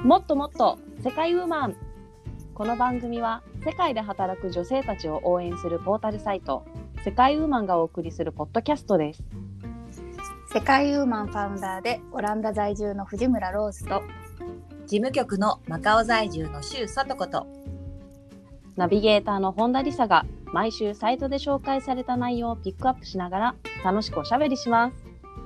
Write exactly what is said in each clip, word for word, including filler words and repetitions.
もっともっと世界ウーマン。この番組は世界で働く女性たちを応援するポータルサイト世界ウーマンがお送りするポッドキャストです。 世界ウーマンファウンダーでオランダ在住の藤村ローズと事務局のマカオ在住の周さとことナビゲーターの本田理沙が毎週サイトで紹介された内容をピックアップしながら楽しくおしゃべりします。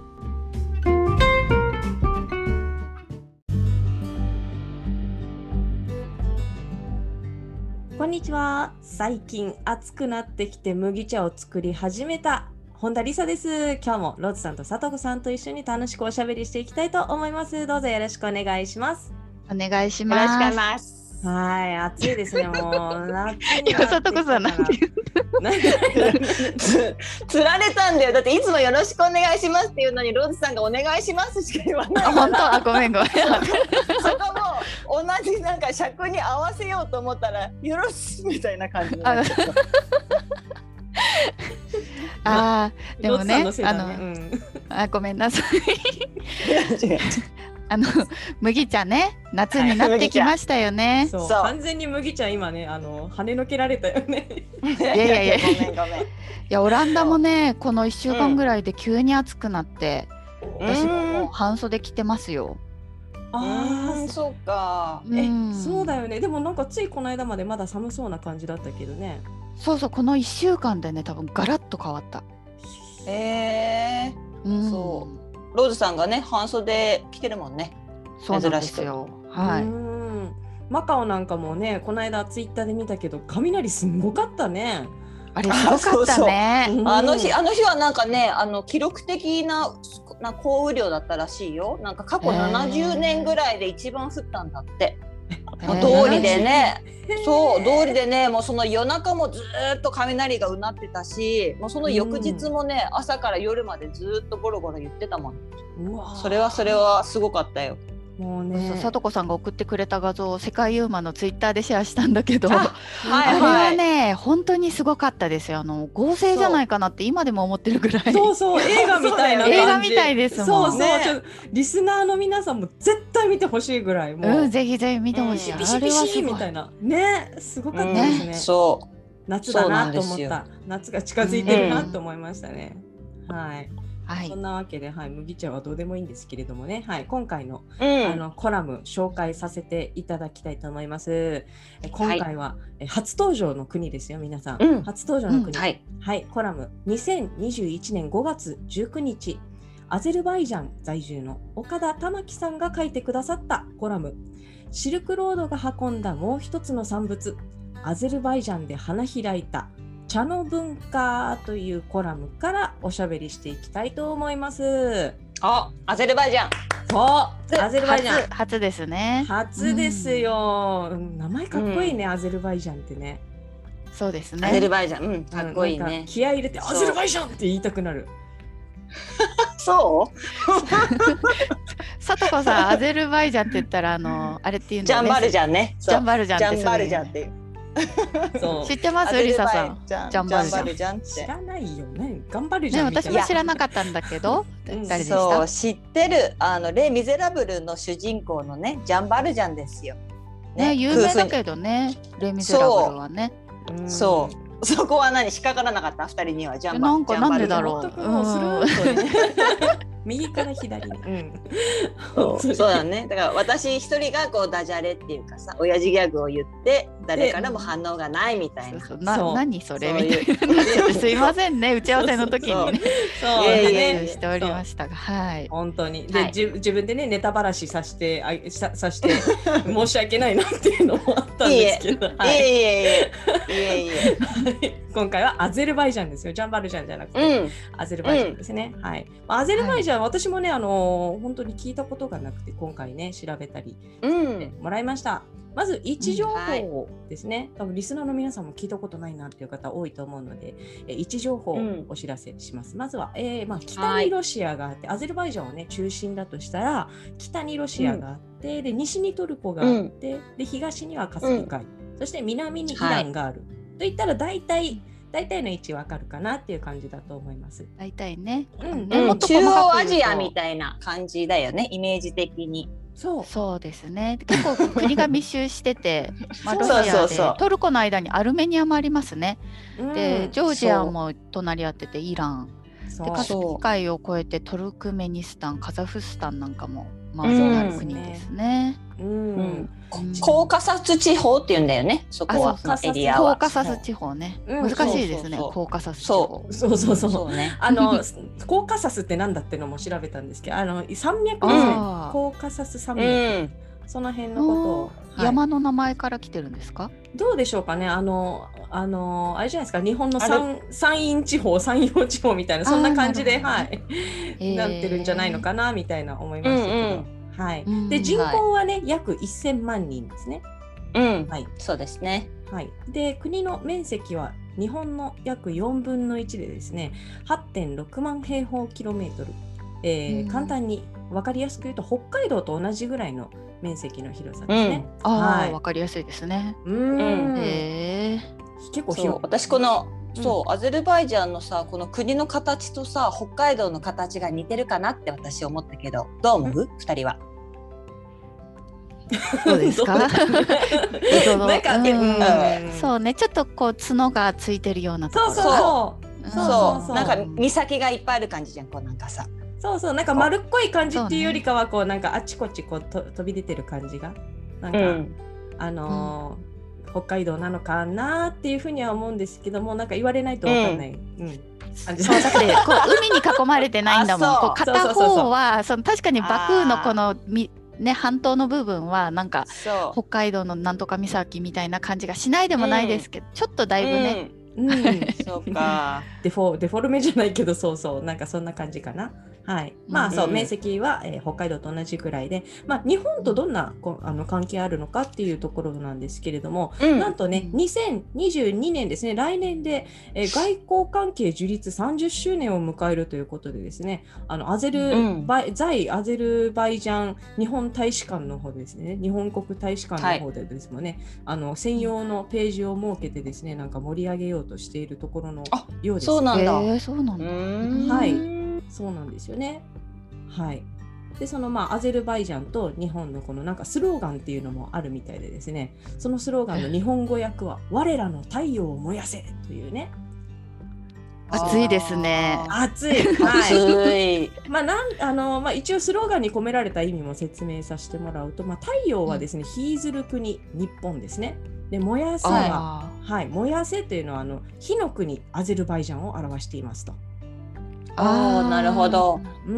こんにちは。最近暑くなってきて麦茶を作り始めた本田理沙です。今日もローズさんとさとこさんと一緒に楽しくおしゃべりしていきたいと思います。どうぞよろしくお願いします。 お願いします。 よろしくお願いします。 はい、暑いですね。もう夏にいや、さとこさんなんて言うつ, つられたんだよ。だっていつもよろしくお願いしますっていうのにローズさんがお願いしますしか言わない。 あ、本当？あ、ごめんごめん。 そこも同じなんか尺に合わせようと思ったらよろしみたいな感じになっちゃった。 あーでもね、 ローズさんのせいだね。 あの、 うん、 あ、ごめんなさい。 違う違うあの麦茶ね、夏になってきましたよね。 そうそう完全に麦茶今ね、あの跳ねのけられたよね。 いやいやいや、 ごめんごめん。 いやオランダもね、このいっしゅうかんぐらいで急に暑くなって、 うん、 私ももう半袖着てますよ。 ああ、 そうか。 うえ、 ん、 そうだよね。でもなんかついこの間までまだ寒そうな感じだったけどね。 そうそう、このいっしゅうかんでね、多分ガラッと変わった。 えー、 うん、 そうローズさんがね半袖着てるもんね。 そうなんですよ。はい。 うん、マカオなんかもね、この間ツイッターで見たけど雷すんごかったね。 あれすごかったね。 そうそう、 あの日あの日はなんかね、あの記録的なな降雨量だったらしいよ。なんか過去ななじゅうねんぐらいで一番降ったんだって。もう通りでね、そう通りでね、もうその夜中もずっと雷がうなってたし、もうその翌日もね、うん、朝から夜までずっとゴロゴロ言ってたもん。うわ、それはそれはすごかったよ。 もうね、さとこさんが送ってくれた画像を世界ユーマのツイッターでシェアしたんだけど、あ、はいはい、あれはね本当にすごかったですよ。あの合成じゃないかなって今でも思ってるぐらい。 そうそう、映画みたいな感じ。 映画みたいですもん。 そうそう、 ね、 ちょリスナーの皆さんも絶対見てほしいぐらい、もう、 うん、ぜひぜひ見てほしい。 ピシピシみたいなね、すごかったですね。うん、 そう夏だなと思った。夏が近づいてるなと思いましたね。うん、はい。はい、そんなわけで、はい、麦茶はどうでもいいんですけれどもね、はい、今回の、うん、あのコラム紹介させていただきたいと思います。今回は、はい、初登場の国ですよ、皆さん。うん、初登場の国、うん、はい、はい、コラムにせんにじゅういちねんごがつじゅうくにち、アゼルバイジャン在住の岡田玉樹さんが書いてくださったコラム、シルクロードが運んだもう一つの産物、アゼルバイジャンで花開いた茶の文化というコラムからおしゃべりしていきたいと思います。 あ、アゼルバイジャン。 そう、アゼルバイジャン。 初、初ですね。 初ですよ。うん、名前かっこいいね、うん、アゼルバイジャンってね。 そうですね。 アゼルバイジャン、うん、かっこいいね。 気合い入れてアゼルバイジャンって言いたくなる。 そう？ さとこさん、アゼルバイジャンって言ったらあのあれっていうんだよね。 ジャンバルジャンね。 ジャンバルジャンって。 ジャンバルジャンっていう。 そう知ってますリサさん。 ジャンバルジャンって知らないよね。頑張るじゃん、 ね、私も知らなかったんだけど、 誰でした？そう知ってる、あのレ・ミゼラブルの主人公のね、ジャンバルジャンですよ。 ね、ね、有名だけどね、レ・ミゼラブルはね。 そう。そこは何引っかからなかったふたりには。ジャンバなんかなんでだろう。 右から左に、うん、 そうそうだね。だから私一人がこうダジャレっていうかさ、親父ギャグを言って誰からも反応がないみたいな。 そうそう、な何それみたいな。すいませんね、打ち合わせの時にね、 そうねしておりましたが、はい。 本当にで、はい、自分でねネタばらしさしてあささして申し訳ないなっていうのもあったんですけど、いえいえいえいえいえ。今回はアゼルバイジャンですよ。ジャンバルジャンじゃなくて、うん、アゼルバイジャンですね。うん、はい。アゼルバイジャン、はい、私もね、あの本当に聞いたことがなくて今回ね調べたりしてもらいました。うん、まず位置情報ですね。うん、はい、多分リスナーの皆さんも聞いたことないなっていう方多いと思うので、え位置情報をお知らせします。うん、まずは、えーまあ、北にロシアがあって、はい、アゼルバイジャンをね中心だとしたら北にロシアがあって、うん、で西にトルコがあって、うん、で東にはカスピ海、うん、そして南にイランがある、はい、といったら大体大体の位置わかるかなっていう感じだと思います。 大体ね、 うんうん、中央アジアみたいな感じだよね、イメージ的に。 そう、そうですね。結構国が密集してて、まあ、ロシアでそうそうそうトルコの間にアルメニアもありますね。うん、でジョージアも隣り合っててイランで、カスピ海を越えてトルクメニスタン、カザフスタンなんかも周りにある国ですね。 コーカサス地方って言うんだよね、そこは。そのエリアはコーカサス地方ね、うん、難しいですね。コーカサス地方、そうそうそうそう、ね、あのコーカサスってなんだってのも調べたんですけど、あの山脈ですね。コーカサス山脈、うん、その辺のことを、 はい、山の名前から来てるんですか？ どうでしょうかね。あのあのあれじゃないですか、日本の山陰地方、山陽地方みたいな、そんな感じで、はい、なってるんじゃないのかなみたいな思いましたけど、うんうん、はい、で人口はね、はい、約せんまんにんですね。 うん、はい、そうですね。 はい、で国の面積は日本の約よんぶんのいちでですね、はってんろくまん平方キロメートル、えー、簡単に分かりやすく言うと北海道と同じぐらいの面積の広さですね。 うん、あ、はい、分かりやすいですね。 うん、へー、結構広い。 私このそう、アゼルバイジャンのさ、この国の形とさ、北海道の形が似てるかなって私思ったけど、どう思う？二人は。 どうですか？なんか、 うん、 そうね、ちょっとこう角がついてるようなところ。 そうそうそうそう、なんか岬がいっぱいある感じじゃん、こうなんかさ。 そうそう、なんか丸っこい感じっていうよりかは、こうなんかあちこちこうと飛び出てる感じが、なんか、うん、あのーうん、北海道なのかなっていうふうには思うんですけども、なんか言われないとわかんない。うん。うん、 そうだってこう海に囲まれてないんだもん。こう片方はその確かにバクーのこのみね、半島の部分はなんか北海道のなんとか岬みたいな感じがしないでもないですけど、うん、ちょっとだいぶね、 うんうん、そうかデフォ、デフォルメじゃないけど、そうそう、なんかそんな感じかな。はい、まあそう、うん、面積は、えー、北海道と同じくらいで、まあ、日本とどんなこあの関係あるのかっていうところなんですけれども、うん、なんとねにせんにじゅうにねんですね、来年で、えー、外交関係樹立さんじゅっしゅうねんを迎えるということでですね、あのアゼル、うん、バイ在アゼルバイジャン日本大使館の方ですね、日本国大使館の方でですもね、はい、あの専用のページを設けてですね、なんか盛り上げようとしているところのようです。 そうなんだ。 えー、そうなんだ。 はい、そうなんですよね。はい、でそのまあアゼルバイジャンと日本のこのなんかスローガンっていうのもあるみたいでですね、そのスローガンの日本語訳は我らの太陽を燃やせというね。 熱いですね。 熱い。はい。まあなんあのまあ一応スローガンに込められた意味も説明させてもらうと、まあ太陽はですね、日ずる国日本ですね。で燃やせははい燃やせというのはあの火の国アゼルバイジャンを表していますと。 ああ、なるほど。 うん。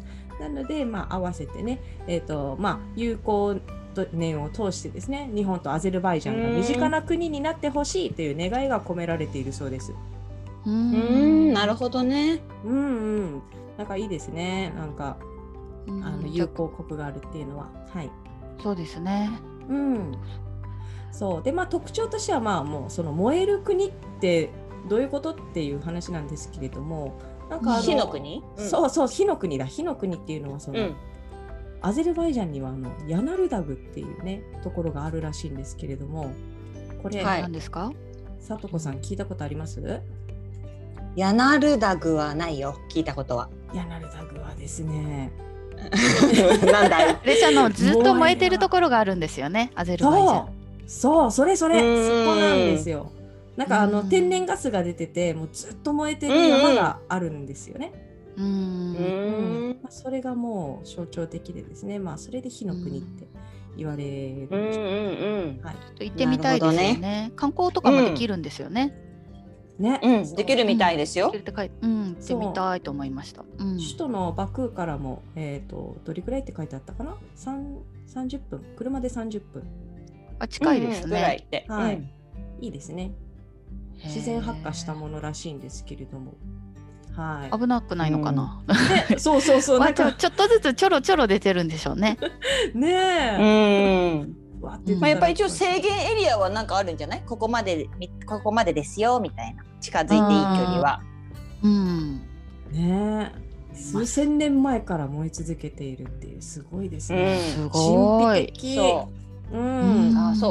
なので、まあ、合わせてね、えーとまあ、友好年を通してですね、日本とアゼルバイジャンが身近な国になってほしいという願いが込められているそうです。 うーん、なるほどね。 うんうん、なんかいいですね。なんかあの友好国があるっていうのは、はい。 そうですね。 うん。そうで、まあ特徴としてはまあもうその燃える国ってどういうことっていう話なんですけれども。なんかあの火の国、 うん、そうそう火の国だ。火の国っていうのはその、うん、アゼルバイジャンにはあのヤナルダグっていうねところがあるらしいんですけれども、これ、 はい、何ですか？ さとこさん聞いたことあります？ ヤナルダグはないよ、聞いたことは。 ヤナルダグはですねなんだいレシャのずっと燃えてるところがあるんですよね、アゼルバイジャン。 そう、それそれそこなんですよ。なんかあの天然ガスが出ててもうずっと燃えてる山があるんですよね。うん、うんまあ、それがもう象徴的でですね、まあそれで火の国って言われるんです、うんうんうんはい、ちょっと行ってみたいですよ ね, ね観光とかもできるんですよね。 うん、ね、うん、できるみたいですよ。 うん、行ってみたいと思いました。うん、 首都のバクーからも、えーと、どれくらいって書いてあったかな、さんじゅっぷん、車でさんじゅっぷん。 あ、近いですね。うん、ぐらいって、 はい、うん、いいですね。自然発火したものらしいんですけれども、はい、 危なくないのかな、 うんね、そうそうそうなんかちょっとずつちょろちょろ出てるんでしょうね。 ねえ、 うんまあ、やっぱり一応制限エリアはなんかあるんじゃない？ここまでここまでですよみたいな、近づいていい距離は。 うんねえ、数千年前から燃え続けているっていうすごいですね。 うん、すごい。 神秘的。そう、うん、あ、そう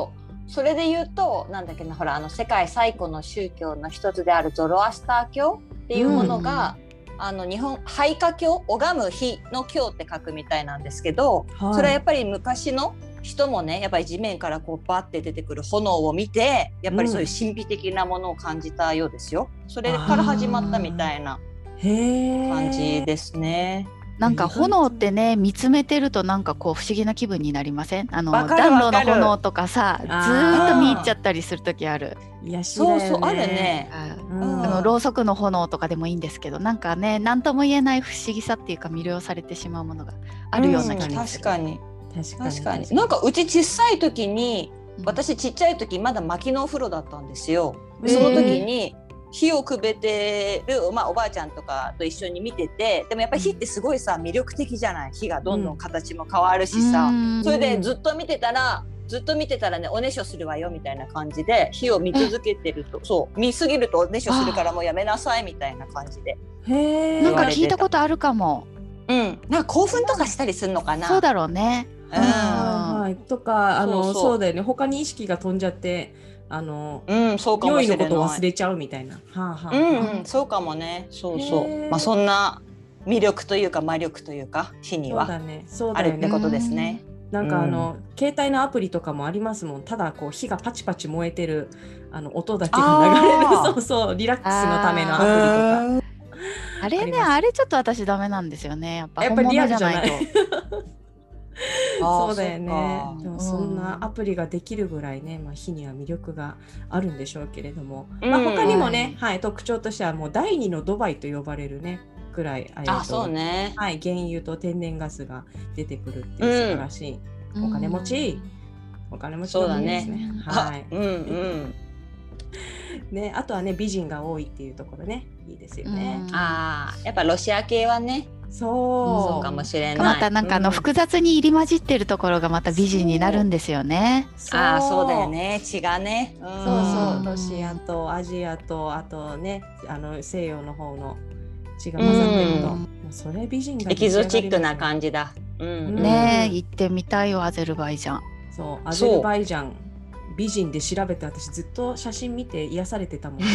それで言うとなんだっけな、ほらあの世界最古の宗教の一つであるゾロアスター教っていうものが、うん、あの日本拝花教、拝む日の教って書くみたいなんですけど、はい、それはやっぱり昔の人もねやっぱり地面からこうバッて出てくる炎を見てやっぱりそういう神秘的なものを感じたようですよ、うん、それから始まったみたいな感じですね。 なんか炎ってね見つめてるとなんかこう不思議な気分になりません？あの暖炉の炎とかさずーっと見入っちゃったりする時ある。 いやそうそうあるね、 うん、あのろうそくの炎とかでもいいんですけど、なんかね何とも言えない不思議さっていうか魅了されてしまうものがあるような気がする、 うん、確かに確かに確かに。なんかうち小さい時に、私ちっちゃい時まだ薪のお風呂だったんですよ。その時に火をくべてる、まあ、おばあちゃんとかと一緒に見てて、でもやっぱり火ってすごいさ魅力的じゃない。火がどんどん形も変わるしさ、うん、それでずっと見てたらずっと見てたらねおねしょするわよみたいな感じで火を見続けてると、そう見すぎるとおねしょするからもうやめなさいみたいな感じでへー、なんか聞いたことあるかも。 うん、なんか興奮とかしたりするのかな。 そうだろうね、 うん、 はい、とかあのそうそう、そうだよね、他に意識が飛んじゃってあの、 うん、そうかもしれない。 良いのことを忘れちゃうみたいな、はあはあ、 うんうん、そうかもね。そうそう、まあ、そんな魅力というか魔力というか火にはあるってことですね。 なんかあの、うん、携帯のアプリとかもありますもん。ただこう火がパチパチ燃えてるあの音だけが流れるそうそうリラックスのためのアプリとかあ, あれねあれちょっと私ダメなんですよね。やっぱ本物じゃないとそうだよね。でもそんなアプリができるぐらいね、まあ、火には魅力があるんでしょうけれども、うん、まあ、他にもね、はい、特徴としてはもう第二のドバイと呼ばれるねくらい、 あ、そうね、 はい、原油と天然ガスが出てくるっていう素晴らしい、うん、お金持ち、お金持ちの国ですね。はい、うんうんね、あとはね美人が多いっていうところね、いいですよね。 うん、ああ、やっぱロシア系はね、 そう、 そうかもしれない。 またなんかあの複雑に入り混じってるところがまた美人になるんですよね。 ああ、そうだよね、血がね、 うん、そうそう、ロシアとアジアとあとねあの西洋の方の血が混ざってると、うん、それ美人がエキゾチックな感じだ、 うん、ねえ、行ってみたいよアゼルバイジャン。 そう、アゼルバイジャン美人で調べて、私ずっと写真見て癒されてたもん。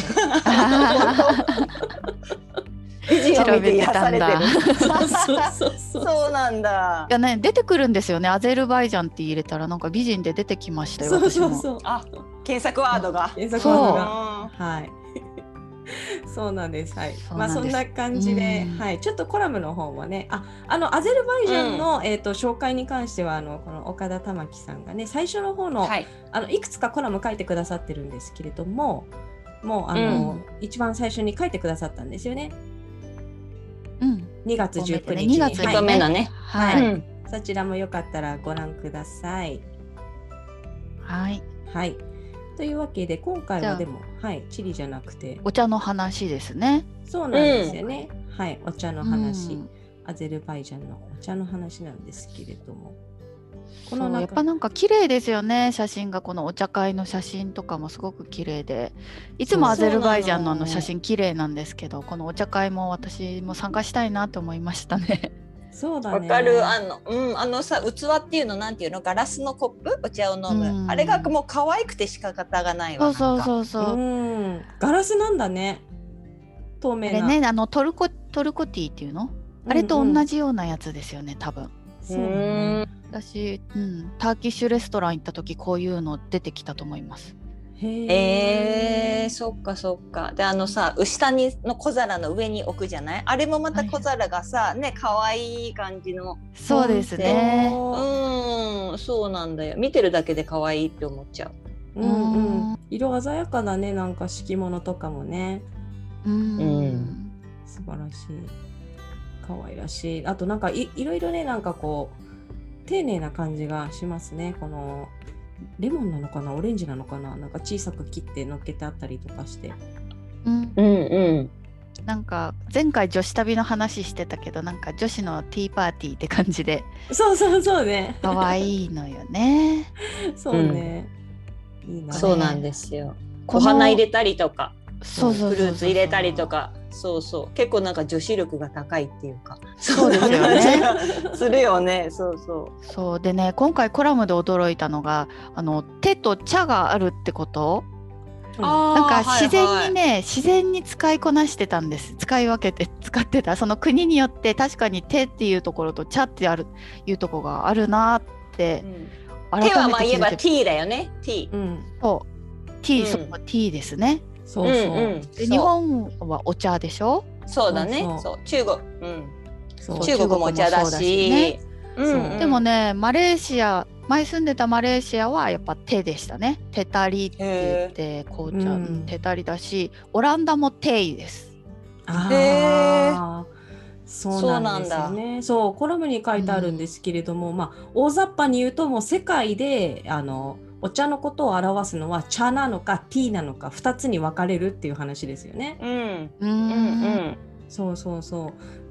美人を見て癒されてる。 そうそうそうそうなんだ。 いやね、出てくるんですよね。アゼルバイジャンって入れたらなんか美人で出てきましたよ。 そうそうそう。 あ、検索ワードが。 検索ワードが。はい。そうなんです。はい。まあそんな感じで、はい。ちょっとコラムの方もね、あ、あのアゼルバイジャンの、うん、えっと紹介に関してはあのこの岡田玉樹さんがね、最初の方の、はい、あのいくつかコラム書いてくださってるんですけれども、もうあの、うん、一番最初に書いてくださったんですよね。 うん、 にがつじゅうくにちに、 にがつにめのね、 はい、はい、そちらもよかったらご覧ください。 はいはい。というわけで今回はでも、はい、チリじゃなくてお茶の話ですね。 そうなんですよね。うん、はい、お茶の話、うん、アゼルバイジャンのお茶の話なんですけれども、 このやっぱなんか綺麗ですよね。写真がこのお茶会の写真とかもすごく綺麗で、いつもアゼルバイジャンのあの写真綺麗なんですけど、このお茶会も私も参加したいなと思いましたね。 そうだね。 わかる。あの、うん、あのさ、器っていうのなんていうの、ガラスのコップ、お茶を飲む、うん、あれがもう可愛くて仕方がないわ。 そうそうそうそう。 うん、ガラスなんだね。透明な。 あれね、あのトルコトルコティーっていうの、あれと同じようなやつですよね、多分。 そうね。 私、うん、ターキッシュレストラン行った時こういうの出てきたと思います。 へえー、そっかそっか。で、あのさ、下にの小皿の上に置くじゃない、あれもまた小皿がさ、はい、ね、可愛い感じの。 そうですね。 うん、そうなんだよ。見てるだけで可愛いって思っちゃう。うんうん、色鮮やかなね、なんか敷物とかもね。 うん、うん、 素晴らしい。可愛らしい。あとなんか い, いろいろね、なんかこう丁寧な感じがしますね。このレモンなのかな、オレンジなのかな、なんか小さく切って乗っけてあったりとかして、 うんうんうん、なんか前回女子旅の話してたけど、なんか女子のティーパーティーって感じで、 そうそうそうね、 可愛いのよね。 そうね、うん、いいな、ね、 そうなんですよ。お花入れたりとか、 そうそうそうそう、 フルーツ入れたりとか、 そうそう結構なんか女子力が高いっていうかそうですよねするよね。そうそうそうでね、今回コラムで驚いたのがあの手と茶があるってこと、うん、なんか自然にね、はいはい、自然に使いこなしてたんです。使い分けて使ってた。その国によって確かに手っていうところと茶ってあるいうところがあるなって、 うん、手はまあ言えば T だよね。 T、うん、 そう T、うん、そう T ですね。 そうそう、うんうん、 で日本はお茶でしょ。 そうだね。そうそう中国、うん、そう中国もお茶だし、ね、 うんうん、でもねマレーシア前住んでたマレーシアはやっぱ手でしたね。手たりって言って紅茶、うん、手たりだし、オランダもテイです。 へーそうなんですよね。そうコラムに書いてあるんですけれども、うん、まあ大雑把に言うともう世界であのお茶のことを表すのは茶なのかティーなのかふたつに分かれるっていう話ですよね。 うんうんうん、 そうそうそう。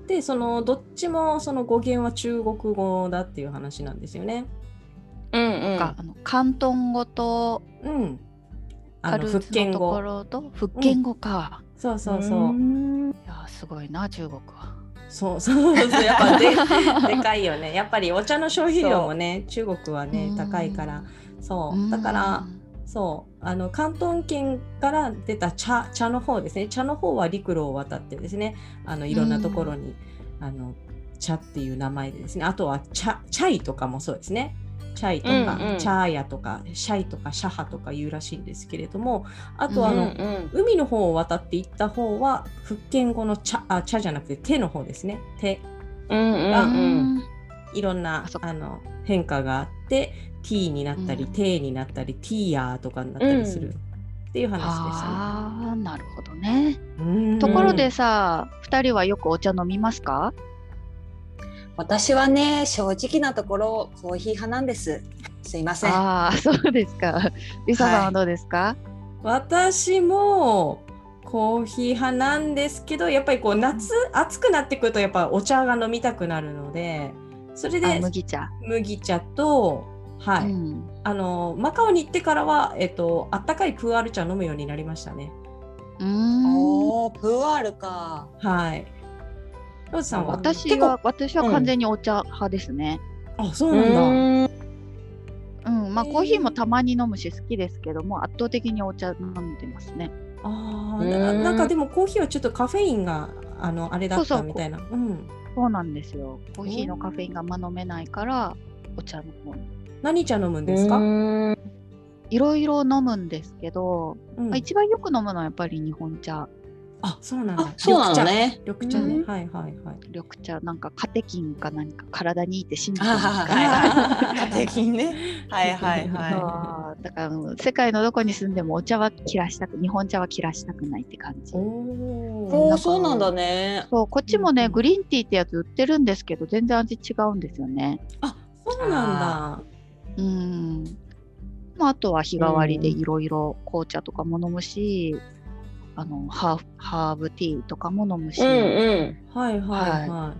でそのどっちもその語源は中国語だっていう話なんですよね。 うんうん、あの広東語と、うん、あの福建語のところと福建語か、 うん、そうそうそう。いやすごいな中国は。 そうそうそうやっぱ で, でかいよね。やっぱりお茶の消費量もね中国はね高いから。そうだからそうあの広東県から出た 茶, 茶の方ですね。茶の方は陸路を渡ってですねあのいろんなところにあの茶っていう名前でですねあとは茶チャイとかもそうですね。チャイとか、うんうん、チャーヤとかシャイとかシャハとか言うらしいんですけれどもあとあの、うんうん、海の方を渡っていった方は福建語の茶あ茶じゃなくて手の方ですね。手が、うんうん、いろんなあの変化があってT になったり、うん、テになったり、ティーヤーとかになったりするっていう話でしたね。 ああ、なるほどね。ところでさ、ふたりはよくお茶飲みますか？ 私はね、正直なところコーヒー派なんです。すいません。 ああ、そうですか。リサさんはどうですか？はい、 私もコーヒー派なんですけど、やっぱりこう夏暑くなってくるとやっぱお茶が飲みたくなるので、それで麦茶、 麦茶とはい、うん、あのマカオに行ってからは、えっと、あったかいプーアール茶飲むようになりましたね。 うーんおープーアールか。 はい。ローズさんは私は私は完全にお茶派ですね。 うん、あそうなんだ。 うん、まあコーヒーもたまに飲むし好きですけども圧倒的にお茶飲んでますね。 ああな、なんかでもコーヒーはちょっとカフェインがあのあれだったみたいな。 そうそう、うん、そうなんですよ。コーヒーのカフェインがあんま飲めないからお茶の方に。 何茶飲むんですか？ いろいろ飲むんですけど、うんまあ、一番よく飲むのはやっぱり日本茶。 あ、そうなんだ。 そうなのね。 緑茶ね。はいはいはい。 緑茶なんかカテキンか何か体にいいって信じてますから。 カテキンね。はいはいはい。だから世界のどこに住んでもお茶は切らしたく、日本茶は切らしたくないって感じ。 おお、そうなんだね。 そう、こっちもね、グリーンティーってやつ売ってるんですけど、全然味違うんですよね。 あ、そうなんだ。 うん。まああとは日替わりでいろいろ紅茶とかも飲むし。あのハーフ、ハーブティーとかも飲むし、うんうん、 はいはいはい。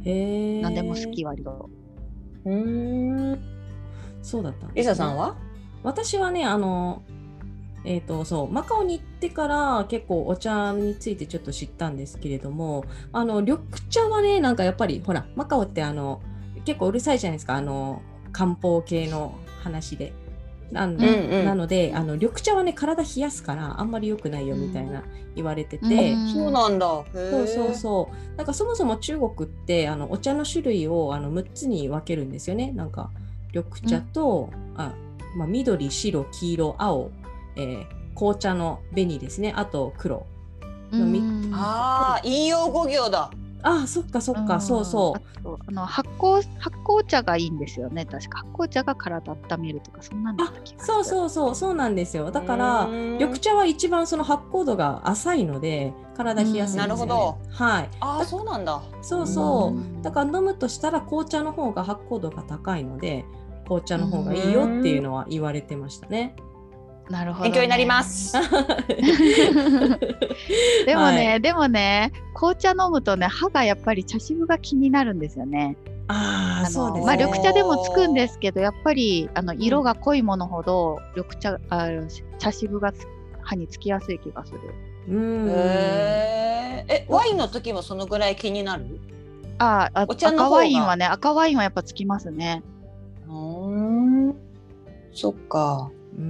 へえ。 何でも好き割と。 うーん。 そうだった、ね。 リサさんは？ 私はねあのえっとそうマカオに行ってから結構お茶についてちょっと知ったんですけれども、あの緑茶はねなんかやっぱりほらマカオってあの結構うるさいじゃないですかあの漢方系の話で。な の, うんうん、なのであの緑茶はね体冷やすからあんまり良くないよみたいな言われてて、 うん、そうなんだ。 そうそうそうなんかそもそも中国ってあのお茶の種類をあのむっつに分けるんですよね。なんか緑茶と、うんあまあ、緑白黄色青、えー、紅茶の紅ですねあと黒のみ、うん、 ああいい用語行だ。 ああそっかそっか、うん、そうそうああの発酵発酵茶がいいんですよね。確か発酵茶が体温めるとかそんなんだった気がする。 そうそうそうそうなんですよ。だから緑茶は一番その発酵度が浅いので体冷やすんですよね。なるほど。はい。 ああそうなんだ。 そうそうだから飲むとしたら紅茶の方が発酵度が高いので紅茶の方がいいよっていうのは言われてましたね。 なるほど、ね、 勉強になりますでもね、はい、でもね紅茶飲むとね歯がやっぱり茶渋が気になるんですよね。 ああそうですね。 まあ緑茶でもつくんですけどやっぱりあの色が濃いものほど緑茶あ茶渋が歯につきやすい気がする。 ううん。へえ。え、ワインの時もそのぐらい気になる？ ああ、赤ワインはね、赤ワインはやっぱつきますね。 うん。そっか。 うん。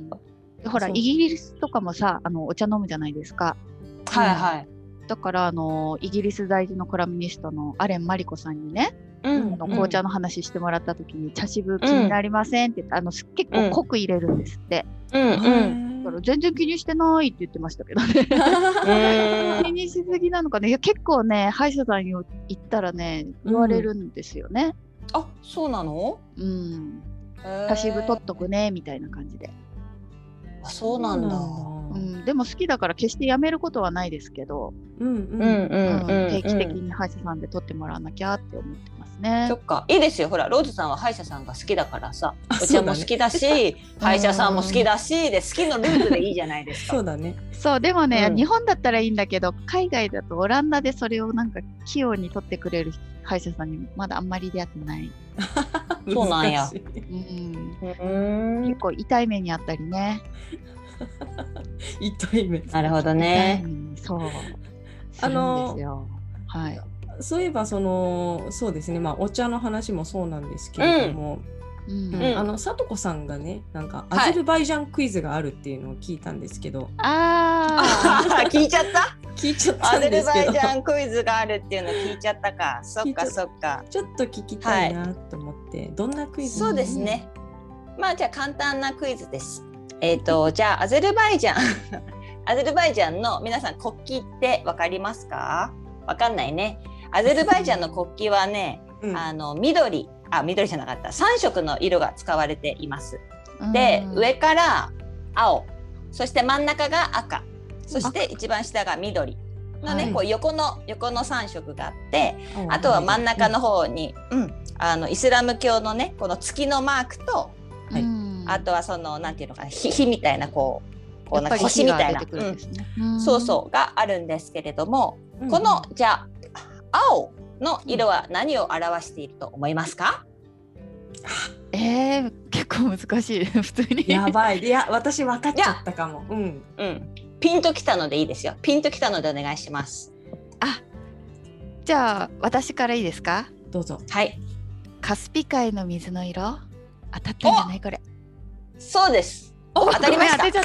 ほらイギリスとかもさ、あのお茶飲むじゃないですか。 はいはい。 だからあのイギリス在住のコラムニストのアレン・マリコさんにね、うん、の紅茶の話してもらった時に、うん、茶渋気になりませんって言って、あの結構濃く入れるんですって。うんうん、だから全然気にしてないって言ってましたけどね。気にしすぎなのかね。いや結構ね、歯医者さんに行ったらね言われるんですよね。 うん、あ、そうなの？ うん。茶渋取っとくねみたいな感じで。 あ、そうなんだ。 うん、でも好きだから決してやめることはないですけど、定期的に歯医者さんで取ってもらわなきゃって思ってますね。 そっか、いいですよ。ほらローズさんは歯医者さんが好きだからさ、お茶も好きだし、ね、歯医者さんも好きだしで好きのルーツでいいじゃないですか。 そうだね。 そうでもね、うん、日本だったらいいんだけど、海外だとオランダでそれをなんか器用に取ってくれる歯医者さんにまだあんまり出会ってない。 そうなんや。 うん、うん結構痛い目にあったりね。 痛い目。 なるほどね。 そう。あのはい。 そういえばそのそうですね。まあお茶の話もそうなんですけれども、うんうん、あのさとこさんがね、なんかアゼルバイジャンクイズがあるっていうのを聞いたんですけど。はい、 ああ聞いちゃった。 聞いちゃったんですけど。 アゼルバイジャンクイズがあるっていうの聞いちゃったか。そっかそっか。 ちょっと聞きたいなと思って、はい、どんなクイズ？ そうですね。まあじゃあ簡単なクイズです。えーと、じゃあアゼルバイジャンアゼルバイジャンの皆さん国旗って分かりますか？分かんないね。アゼルバイジャンの国旗はね、うん、あの緑あ緑じゃなかったさん色の色が使われています。で上から青、そして真ん中が赤、そして一番下が緑のね、はい、こう横の横のさん色があって、あとは真ん中の方に、うん、あのイスラム教のねこの月のマークと、はい、あとはそのなんていうのかな、火, 火みたいなこうこうなんか星みたいな、うん、そうそうがあるんですけれども、うん、このじゃあ青の色は何を表していると思いますか？ えー、結構難しい。普通にやばい。いや私分かっちゃったかも。うん、 うん、ピンときたのでいいですよ。ピンときたのでお願いします。 あ、じゃあ私からいいですか？ どうぞ。 はい。 カスピ海の水の色当たったんじゃないこれ？ そうです。当たりました。 当てちゃった。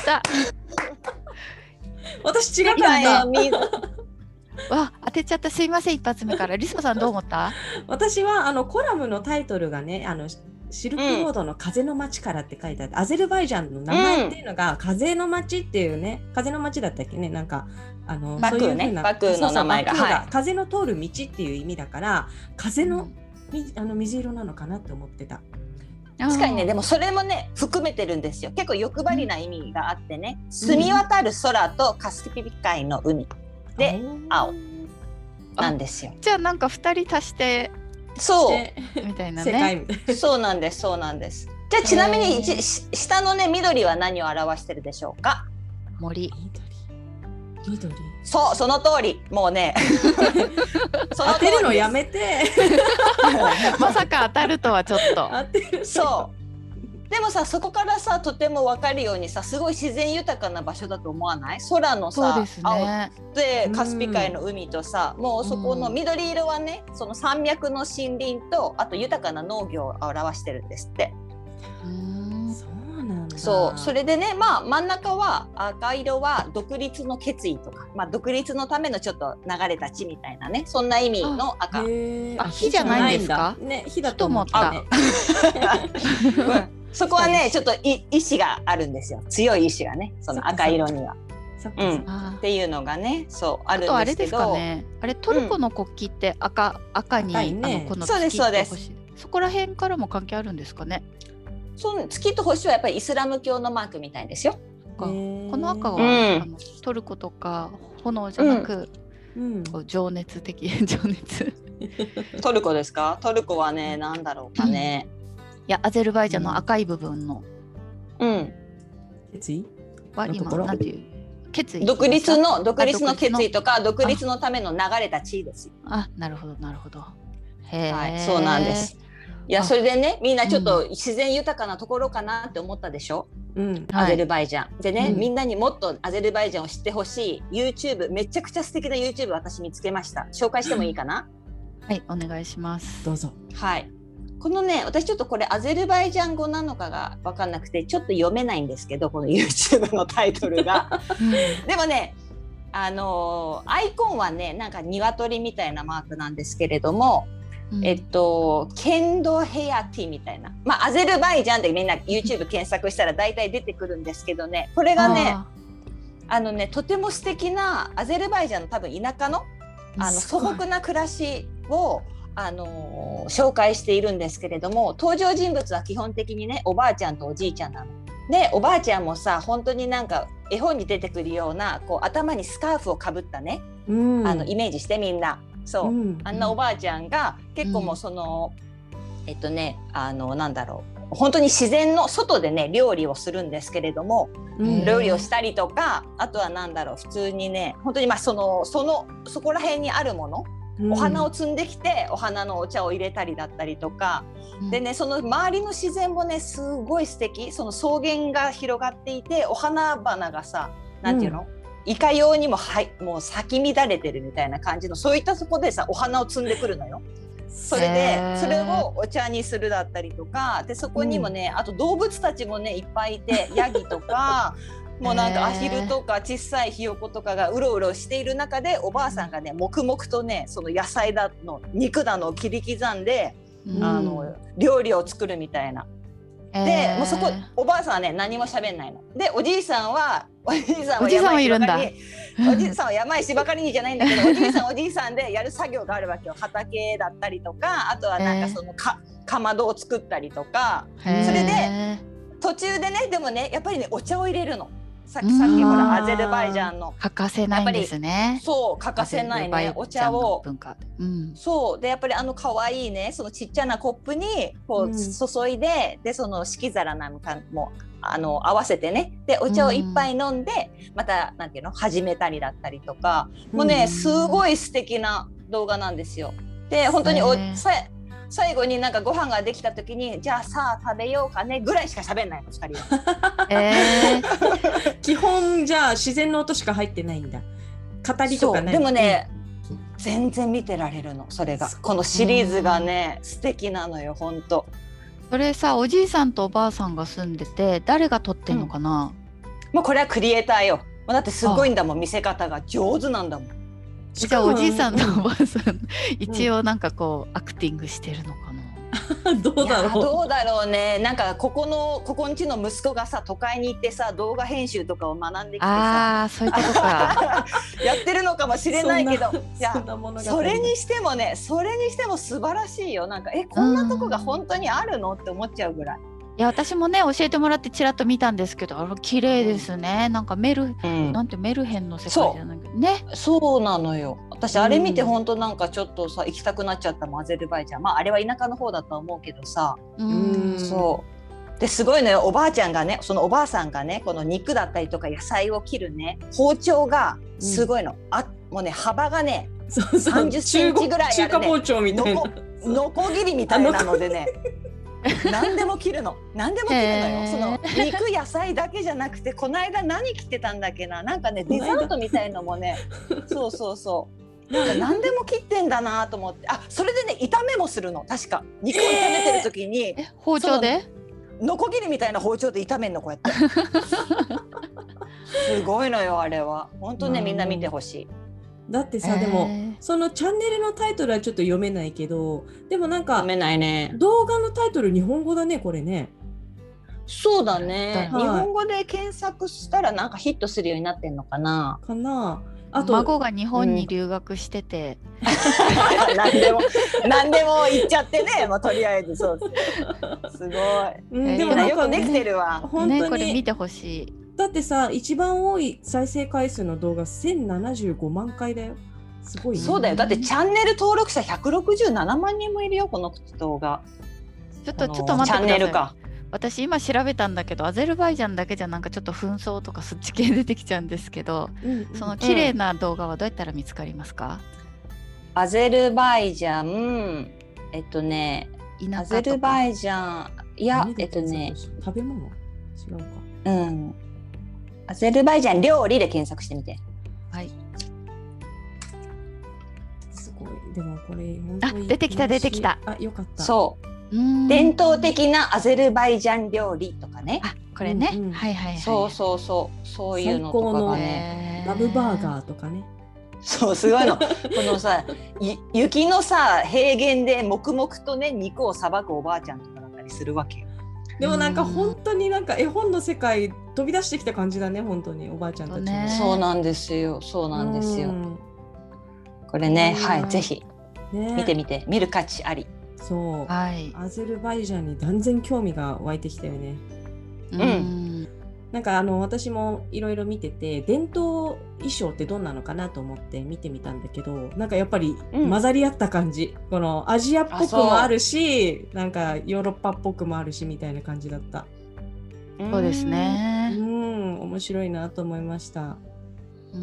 私違った。 わ、当てちゃった。すいません、一発目から。リサさんどう思った？ 私はあのコラムのタイトルがね、あのシルクロードの風の街からって書いてあって、うん、アゼルバイジャンの名前っていうのが、うん、風の街っていうね、風の街だったっけね、なんかあのバクーね、バクーの名前が、 はい、風の通る道っていう意味だから風の、うん、あの水色なのかなって思ってた。 確かにね、でもそれもね含めてるんですよ。結構欲張りな意味があってね、うん、澄み渡る空とカスピ海の海で青なんですよ。 じゃあなんかふたり足してそうみたいなね。 そうなんです、そうなんです。じゃあちなみに下のね緑は何を表してるでしょうか？ 森。 緑。 そう、その通り。もうねその当てるのやめてまさか当たるとはちょっと。 そうでもさ、そこからさとても分かるようにさ、すごい自然豊かな場所だと思わない？空のさ、 そうですね、 青でカスピ海の海とさ、うん、もうそこの緑色はね、その山脈の森林とあと豊かな農業を表してるんですって。 うーん、そうなんだ。 そう、それでね、まあ真ん中は赤色は独立の決意とか、まあ、独立のためのちょっと流れた地みたいなね、そんな意味の赤。 あ、火じゃないんですか？ ね、火だと思った。 そこはねちょっと意志があるんですよ。強い意志がね、その赤色には。うん、っていうのがね、そうあるんですけど。 あとあれですかね。あれトルコの国旗って赤、うん、赤に、ね、あのこの月と星。そうですそうです。そこら辺からも関係あるんですかね。 そう月と星はやっぱりイスラム教のマークみたいですよ。 この赤は、うん、あのトルコとか炎じゃなく、うん、こう情熱的情熱。 トルコですか？トルコはね、なんだろうかね。 いや、アゼルバイジャンの赤い部分の、 うん、 決意は今なんていう決意？ 独立の独立の決意とか独立のための流れた地ですよ。 あ、なるほどなるほど。へえ、 はい、そうなんです。 いやそれでねみんなちょっと自然豊かなところかなって思ったでしょ、うん、アゼルバイジャン、はい、でね、うん、みんなにもっとアゼルバイジャンを知ってほしい YouTube めちゃくちゃ素敵な YouTube 私見つけました。紹介してもいいかな？ はいお願いします。 どうぞ。 はい、このね私ちょっとこれアゼルバイジャン語なのかが分かんなくてちょっと読めないんですけどこの YouTube のタイトルがでもねあのー、アイコンはねなんか鶏みたいなマークなんですけれども、うん、えっとケンドヘアティみたいな、まあ、アゼルバイジャンでみんな YouTube 検索したら大体出てくるんですけどねこれがね あ, あのねとても素敵なアゼルバイジャンの多分田舎の、あの素朴な暮らしをあのー、紹介しているんですけれども登場人物は基本的にねおばあちゃんとおじいちゃんなのでおばあちゃんもさ本当になんか絵本に出てくるようなこう頭にスカーフをかぶったね、うん、あのイメージしてみんなそう、うん、あんなおばあちゃんが結構もうその、うん、えっとねあのなんだろう本当に自然の外でね料理をするんですけれども、うん、料理をしたりとかあとはなんだろう普通にね本当にまあそのそのそこら辺にあるものお花を摘んできてお花のお茶を入れたりだったりとか、うん、でねその周りの自然もねすごい素敵その草原が広がっていてお花々がさなんていうの、うん、いかようにも、はい、もう咲き乱れてるみたいな感じのそういったとこでさお花を摘んでくるのよ。それでそれをお茶にするだったりとかでそこにもね、うん、あと動物たちもねいっぱいいてヤギとかもうなんかアヒルとか小さいひよことかがうろうろしている中でおばあさんがね黙々とねその野菜だの肉だのを切り刻んで、うん、あの料理を作るみたいな。でもうそこおばあさんはね何も喋んないの。でおじいさんはおじいさんは山石ばかりにおじいさんは山石ばかりにじゃないんだけどおじいさんおじいさんでやる作業があるわけよ。畑だったりとかあとはなんかそのかかまどを作ったりとかそれで途中でねでもねやっぱりねお茶を入れるの。さっきさっきほらアゼルバイジャンの欠かせないんですね。 そう欠かせないねお茶を、うん、そうでやっぱりあの可愛いねそのちっちゃなコップにこう、うん、注いででその敷き皿なんかもあの合わせてねでお茶を一杯飲んで、うん、またなんていうの始めたりだったりとかもうね、うん、すごい素敵な動画なんですよ。で本当におさ最後になんかご飯ができた時にじゃあさあ食べようかねぐらいしか喋んないのふたりは、えー、基本じゃあ自然の音しか入ってないんだ語りとかない。 でもね、うん、全然見てられるのそれがこのシリーズがね素敵なのよほんと。 それさおじいさんとおばあさんが住んでて誰が撮ってんのかな、 うん、もうこれはクリエイターよ。だってすごいんだもん見せ方が上手なんだもん。 じゃあおじいさんとおばあさん、うん、一応なんかこうアクティングしてるのかなどうだろうどうだろうね。なんかここのここんちの息子がさ都会に行ってさ動画編集とかを学んできてさあそういうことかやってるのかもしれないけどいやそれにしてもねそれにしても素晴らしいよ。なんかえこんなとこが本当にあるのって思っちゃうぐらい。 いや私もね教えてもらってちらっと見たんですけどあれ綺麗ですね、うん、なんかメル、うん、なんてメルヘンの世界じゃないけどね。 そうなのよ。私あれ見て本当なんかちょっとさ行きたくなっちゃったもんアゼルバイジャン。まああれは田舎の方だと思うけどさうんそうですごいのよ。おばあちゃんがねそのおばあさんがねこの肉だったりとか野菜を切るね包丁がすごいの、うん、あもうね幅がねそうそうさんじゅっセンチぐらいある、ね、 中華包丁みたいなのこぎりみたいなのでね何でも切るの何でも切るのよ。その肉野菜だけじゃなくてこの間何切ってたんだっけななんかねデザートみたいのもねそうそうそうなんか何でも切ってんだなと思ってあそれでね炒めもするの確か肉を炒めてる時に、 えー、包丁でのこぎりみたいな包丁で炒めんのこうやってすごいのよあれは本当ねみんな見てほしい。 だってさ、えー、でもそのチャンネルのタイトルはちょっと読めないけどでもなんか読めないね。 動画のタイトル日本語だねこれね。 そうだね、はい、日本語で検索したらなんかヒットするようになってんのかなかな。 あと孫が日本に留学してて、 うん、何でも何でも言っちゃってね、まあ、とりあえずそうすごい、うん、でもよくできてるわ、 本当に、ね、これ見てほしい。 だってさ一番多い再生回数の動画せんななじゅうごまんかいだよ。すごいね。 そうだよ。だってチャンネル登録者ひゃくろくじゅうななまんにんもいるよこの動画。 ちょっとちょっと待ってください。チャンネルか。私今調べたんだけどアゼルバイジャンだけじゃなんかちょっと紛争とかそっち系出てきちゃうんですけど、うんうん、その綺麗な動画はどうやったら見つかりますか？ アゼルバイジャンえっとね田舎とか。 アゼルバイジャン、いや、えっとね、 食べ物違うか。 うん。アゼルバイジャン料理で検索してみて。 はい。 すごい。でもこれ本当に。あ、出てきた出てきた。 あ、よかった。 そう。伝統的なアゼルバイジャン料理とかね。 あ、これね。うんうん、はいはいはい。 そうそうそう。そういうのとかがね。 ラブバーガーとかね。 そう、すごいの。このさ、雪のさ、平原で黙々とね、肉をさばくおばあちゃんとかだったりするわけよ。 でもなんか本当になんか絵本の世界飛び出してきた感じだね、本当におばあちゃんたちね。 そうなんですよ。そうなんですよ。これね、はい、ぜひ、ね、見てみて、見る価値あり。 そう、 はい、 アゼルバイジャンに断然興味が湧いてきたよね。 うん、 なんかあの私もいろいろ見てて、伝統衣装ってどんなのかなと思って見てみたんだけど、なんかやっぱり混ざり合った感じ、うん、このアジアっぽくもあるし、なんかヨーロッパっぽくもあるしみたいな感じだった。 そうですね。 うん、面白いなと思いました。 うん、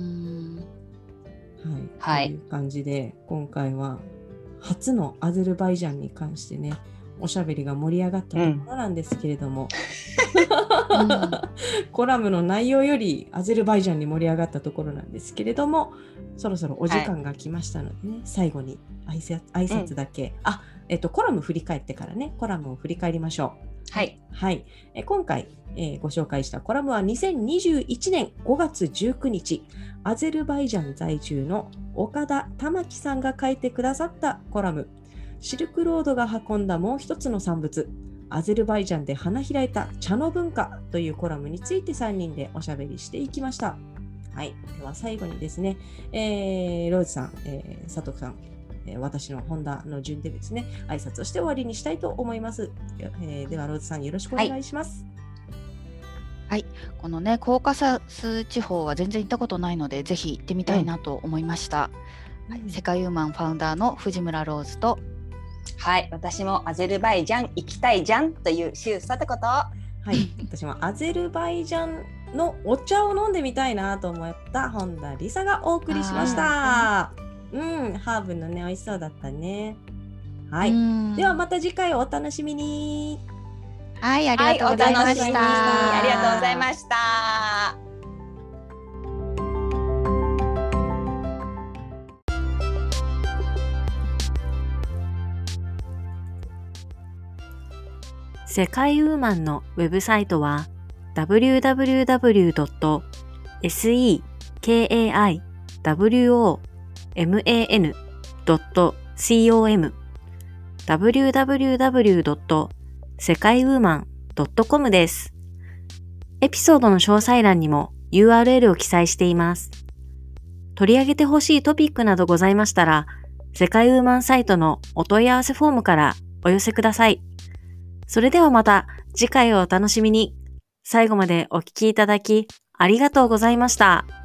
はい、 という感じで今回は初のアゼルバイジャンに関してね、おしゃべりが盛り上がったところなんですけれども、うん、コラムの内容よりアゼルバイジャンに盛り上がったところなんですけれども、そろそろお時間が来ましたのでね、はい、最後に挨拶、挨拶だけ、うん、あ、えっと、コラム振り返ってからね、コラムを振り返りましょう。 はい、 はい、え今回、えー、ご紹介したコラムはにせんにじゅういちねんごがつじゅうくにち、アゼルバイジャン在住の岡田玉樹さんが書いてくださったコラム、シルクロードが運んだもう一つの産物、アゼルバイジャンで花開いた茶の文化というコラムについてさんにんでおしゃべりしていきました。はい、では最後にですね、えー、ローズさん、えー、佐藤さん、えー、私の本田の順でですね、挨拶をして終わりにしたいと思います。えー、ではローズさんよろしくお願いします。 はい、はい、このねコーカサス地方は全然行ったことないのでぜひ行ってみたいなと思いました。うん、はい、世界ウーマンファウンダーの藤村ローズと、 はい、私もアゼルバイジャン行きたいじゃんというシュウサってこと。 はい、私もアゼルバイジャンのお茶を飲んでみたいなと思った本田理沙がお送りしました。うん、ハーブのね美味しそうだったね。はい、ではまた次回お楽しみに。 はい、ありがとうございました。はい、 ありがとうございました。 世界ウーマンのウェブサイトは ダブリューダブリューダブリュードットセカイウーマンドットコム ダブリューダブリューダブリュードットセカイウーマンドットコム です。エピソードの詳細欄にも ユーアールエル を記載しています。取り上げてほしいトピックなどございましたら、世界ウーマンサイトのお問い合わせフォームからお寄せください。それではまた次回をお楽しみに。最後までお聞きいただきありがとうございました。